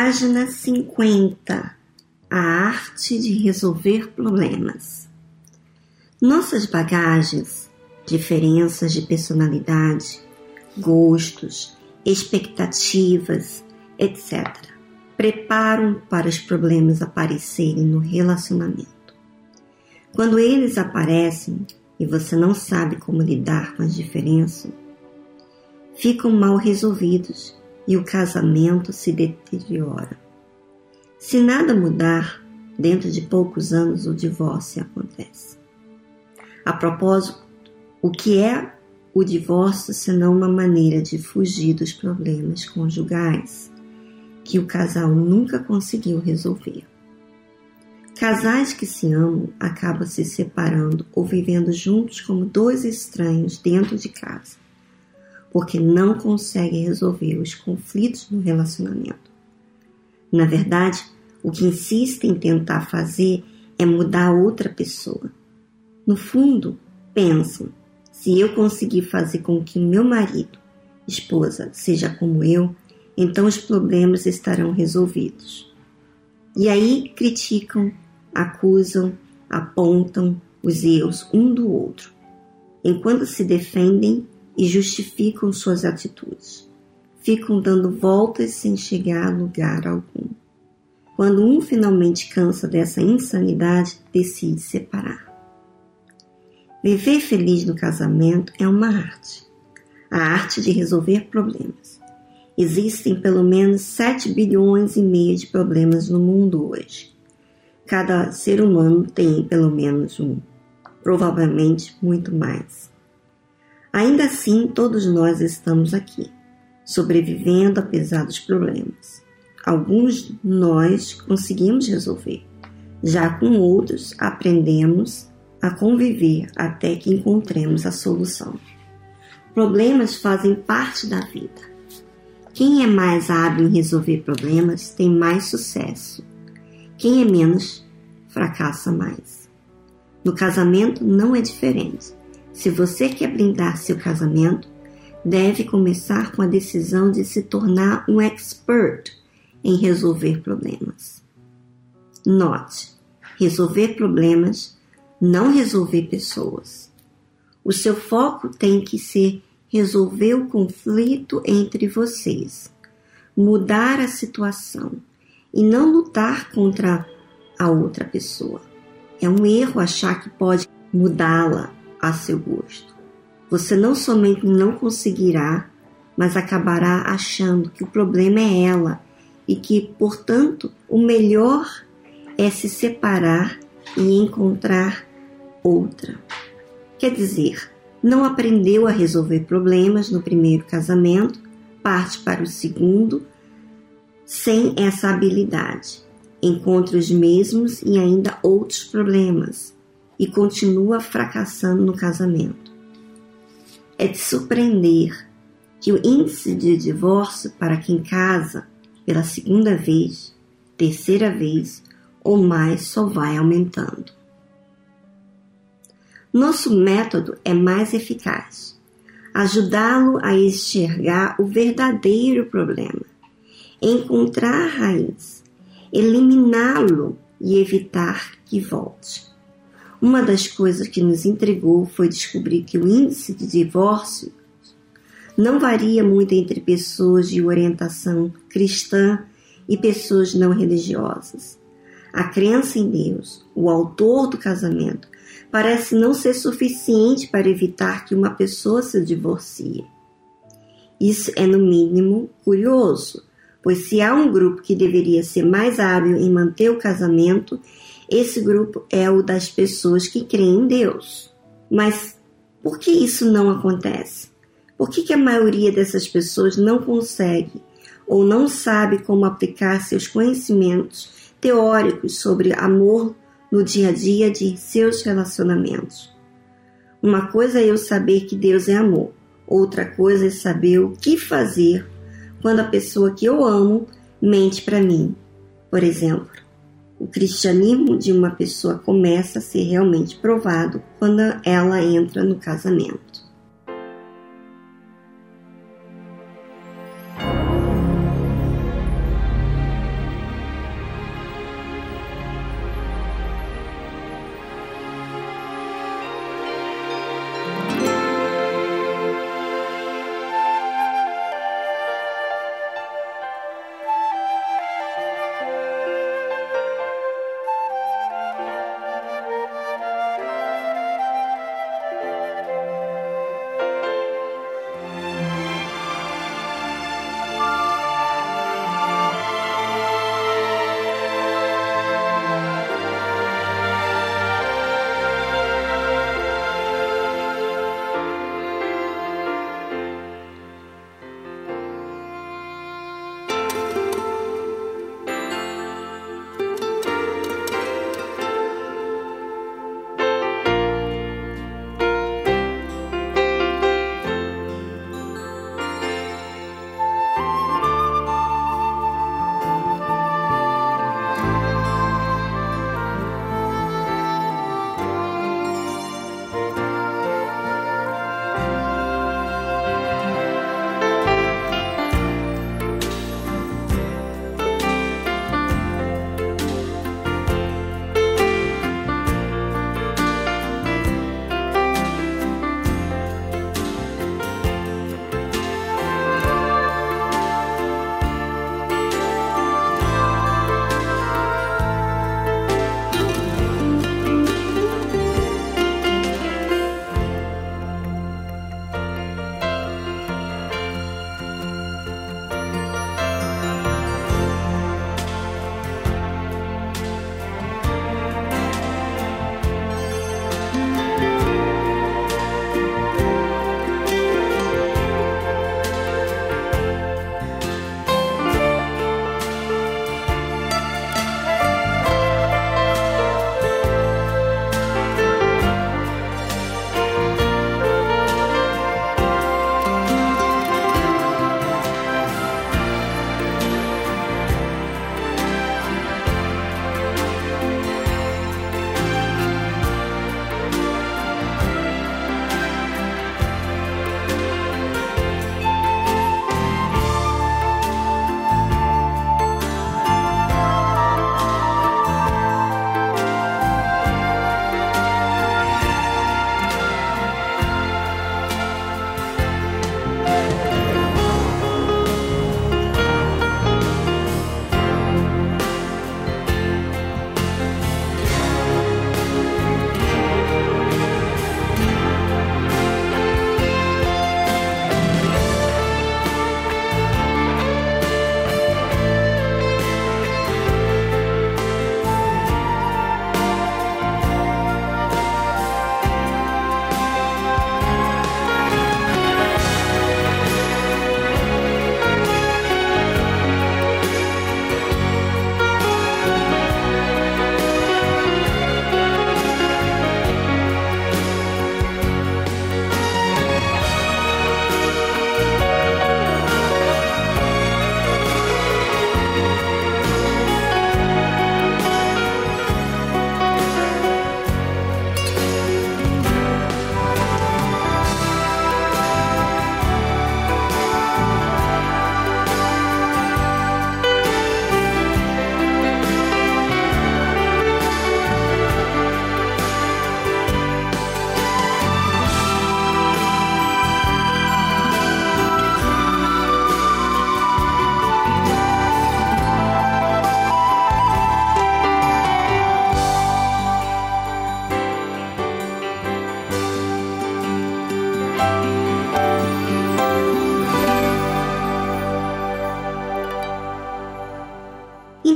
Página 50. A arte de resolver problemas. Nossas bagagens, diferenças de personalidade, gostos, expectativas, etc., preparam para os problemas aparecerem no relacionamento. Quando eles aparecem e você não sabe como lidar com as diferenças, ficam mal resolvidos e o casamento se deteriora. Se nada mudar, dentro de poucos anos o divórcio acontece. A propósito, o que é o divórcio senão uma maneira de fugir dos problemas conjugais que o casal nunca conseguiu resolver? Casais que se amam acabam se separando ou vivendo juntos como dois estranhos dentro de casa, porque não conseguem resolver os conflitos no relacionamento. Na verdade, o que insistem em tentar fazer é mudar outra pessoa. No fundo, pensam, se eu conseguir fazer com que meu marido, esposa, seja como eu, então os problemas estarão resolvidos. E aí criticam, acusam, apontam os erros um do outro, enquanto se defendem e justificam suas atitudes. Ficam dando voltas sem chegar a lugar algum. Quando um finalmente cansa dessa insanidade, decide separar. Viver feliz no casamento é uma arte. A arte de resolver problemas. Existem pelo menos 7 bilhões e meio de problemas no mundo hoje. Cada ser humano tem pelo menos um. Provavelmente muito mais. Ainda assim, todos nós estamos aqui, sobrevivendo apesar dos problemas. Alguns nós conseguimos resolver, já com outros aprendemos a conviver até que encontremos a solução. Problemas fazem parte da vida. Quem é mais hábil em resolver problemas tem mais sucesso. Quem é menos, fracassa mais. No casamento não é diferente. Se você quer blindar seu casamento, deve começar com a decisão de se tornar um expert em resolver problemas. Note, resolver problemas, não resolver pessoas. O seu foco tem que ser resolver o conflito entre vocês, mudar a situação e não lutar contra a outra pessoa. É um erro achar que pode mudá-la a seu gosto. Você não somente não conseguirá, mas acabará achando que o problema é ela e que, portanto, o melhor é se separar e encontrar outra. Quer dizer, não aprendeu a resolver problemas no primeiro casamento, parte para o segundo sem essa habilidade. Encontra os mesmos e ainda outros problemas e continua fracassando no casamento. É de surpreender que o índice de divórcio para quem casa pela segunda vez, terceira vez ou mais só vai aumentando. Nosso método é mais eficaz. Ajudá-lo a enxergar o verdadeiro problema, encontrar a raiz, eliminá-lo e evitar que volte. Uma das coisas que nos intrigou foi descobrir que o índice de divórcio não varia muito entre pessoas de orientação cristã e pessoas não religiosas. A crença em Deus, o autor do casamento, parece não ser suficiente para evitar que uma pessoa se divorcie. Isso é, no mínimo, curioso, pois se há um grupo que deveria ser mais hábil em manter o casamento, esse grupo é o das pessoas que creem em Deus. Mas por que isso não acontece? Por que a maioria dessas pessoas não consegue ou não sabe como aplicar seus conhecimentos teóricos sobre amor no dia a dia de seus relacionamentos? Uma coisa é eu saber que Deus é amor, outra coisa é saber o que fazer quando a pessoa que eu amo mente para mim. Por exemplo, o cristianismo de uma pessoa começa a ser realmente provado quando ela entra no casamento.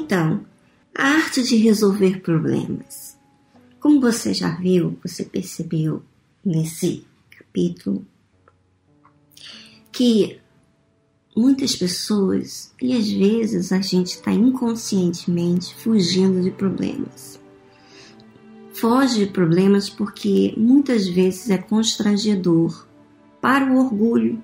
Então, a arte de resolver problemas. Como você já viu, você percebeu nesse capítulo, que muitas pessoas, e às vezes a gente está inconscientemente fugindo de problemas. Foge de problemas porque muitas vezes é constrangedor para o orgulho,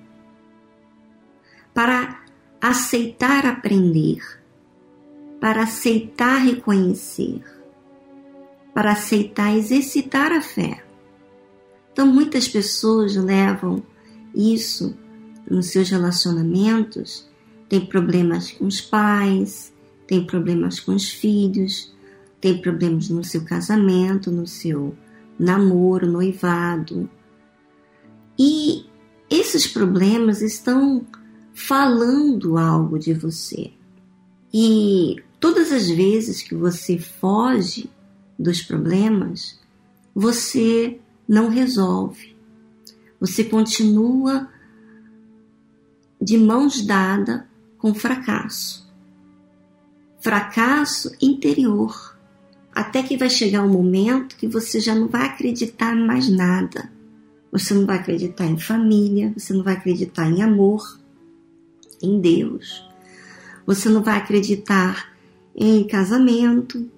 para aceitar aprender, para aceitar reconhecer, para aceitar exercitar a fé. Então muitas pessoas levam isso nos seus relacionamentos, tem problemas com os pais, tem problemas com os filhos, tem problemas no seu casamento, no seu namoro, noivado. E esses problemas estão falando algo de você. E todas as vezes que você foge dos problemas, você não resolve. Você continua de mãos dadas com fracasso. Fracasso interior. Até que vai chegar um momento que você já não vai acreditar em mais nada. Você não vai acreditar em família, você não vai acreditar em amor, em Deus. Você não vai acreditar em casamento.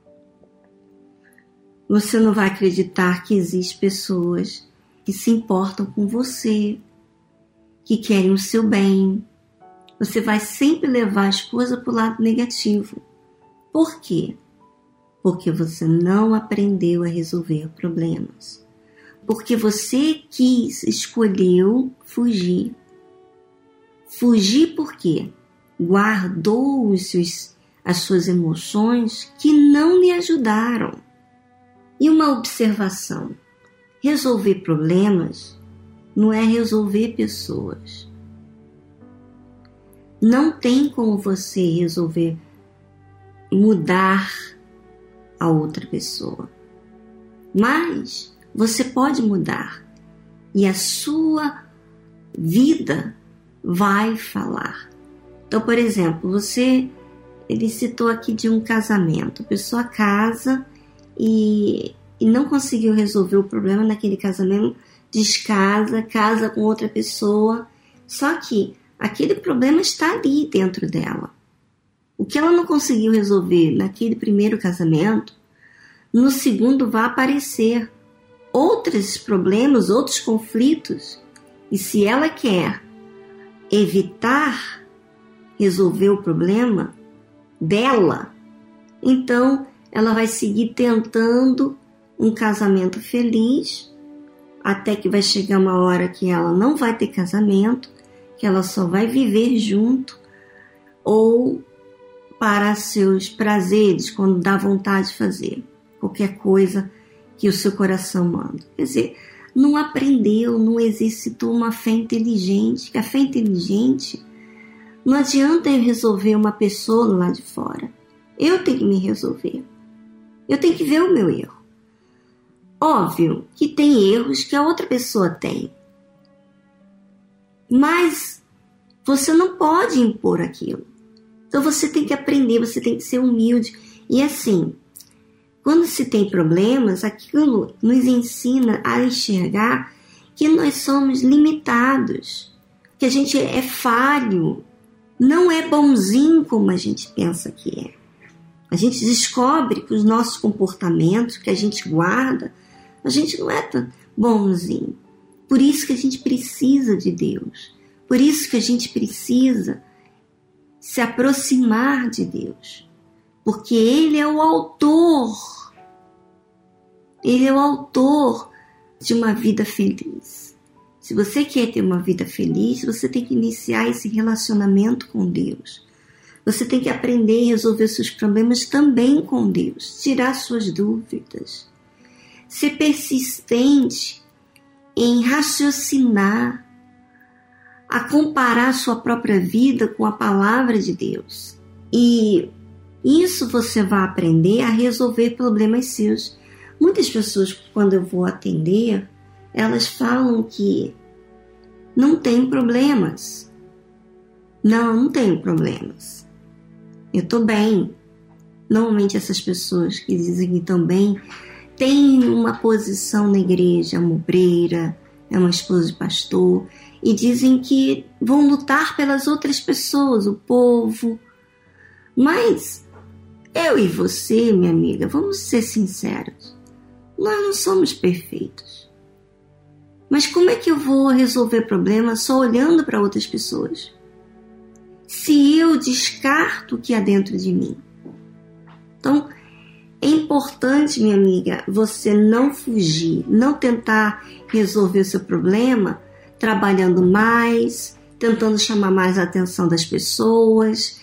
Você não vai acreditar que existem pessoas que se importam com você, que querem o seu bem. Você vai sempre levar as coisas para o lado negativo. Por quê? Porque você não aprendeu a resolver problemas. Porque você escolheu fugir. Fugir por quê? Guardou as suas emoções que não lhe ajudaram. E uma observação: resolver problemas não é resolver pessoas. Não tem como você resolver mudar a outra pessoa. Mas você pode mudar. E a sua vida vai falar. Então, por exemplo, ele citou aqui de um casamento. A pessoa casa e não conseguiu resolver o problema naquele casamento, descasa, casa com outra pessoa. Só que aquele problema está ali dentro dela. O que ela não conseguiu resolver naquele primeiro casamento, no segundo vai aparecer outros problemas, outros conflitos. E se ela quer evitar resolver o problema dela, então ela vai seguir tentando um casamento feliz, até que vai chegar uma hora que ela não vai ter casamento, que ela só vai viver junto, ou para seus prazeres, quando dá vontade de fazer qualquer coisa que o seu coração manda. Quer dizer, não aprendeu, não exercitou uma fé inteligente. Que a fé inteligente, não adianta eu resolver uma pessoa lá de fora. Eu tenho que me resolver. Eu tenho que ver o meu erro. Óbvio que tem erros que a outra pessoa tem. Mas você não pode impor aquilo. Então você tem que aprender, você tem que ser humilde. E assim, quando se tem problemas, aquilo nos ensina a enxergar que nós somos limitados, que a gente é falho, não é bonzinho como a gente pensa que é. A gente descobre que os nossos comportamentos, que a gente guarda, a gente não é tão bonzinho. Por isso que a gente precisa de Deus. Por isso que a gente precisa se aproximar de Deus. Porque Ele é o autor. Ele é o autor de uma vida feliz. Se você quer ter uma vida feliz, você tem que iniciar esse relacionamento com Deus. Você tem que aprender a resolver seus problemas também com Deus. Tirar suas dúvidas. Ser persistente em raciocinar, a comparar sua própria vida com a palavra de Deus. E isso você vai aprender a resolver problemas seus. Muitas pessoas, quando eu vou atender, elas falam que não tem problemas. Não tenho problemas. Eu estou bem. Normalmente essas pessoas que dizem que também têm uma posição na igreja, uma obreira, é uma esposa de pastor, e dizem que vão lutar pelas outras pessoas, o povo. Mas eu e você, minha amiga, vamos ser sinceros, nós não somos perfeitos. Mas como é que eu vou resolver problemas só olhando para outras pessoas? Se eu descarto o que há dentro de mim. Então, é importante, minha amiga, você não fugir, não tentar resolver o seu problema trabalhando mais, tentando chamar mais a atenção das pessoas,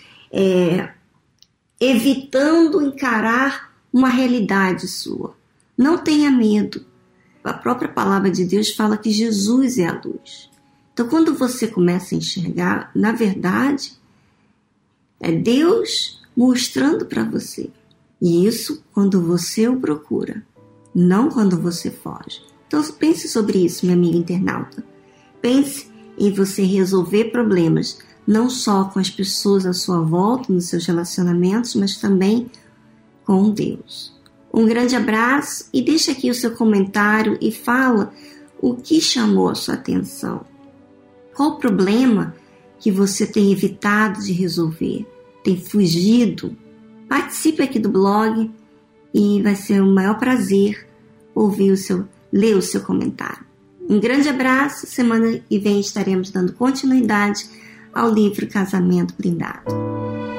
evitando encarar uma realidade sua. Não tenha medo. A própria palavra de Deus fala que Jesus é a luz. Então, quando você começa a enxergar, na verdade, é Deus mostrando para você. E isso quando você o procura, não quando você foge. Então, pense sobre isso, minha amiga internauta. Pense em você resolver problemas, não só com as pessoas à sua volta, nos seus relacionamentos, mas também com Deus. Um grande abraço e deixa aqui o seu comentário e fala o que chamou a sua atenção. Qual o problema que você tem evitado de resolver, tem fugido? Participe aqui do blog e vai ser um maior prazer ler o seu comentário. Um grande abraço, semana que vem estaremos dando continuidade ao livro Casamento Blindado.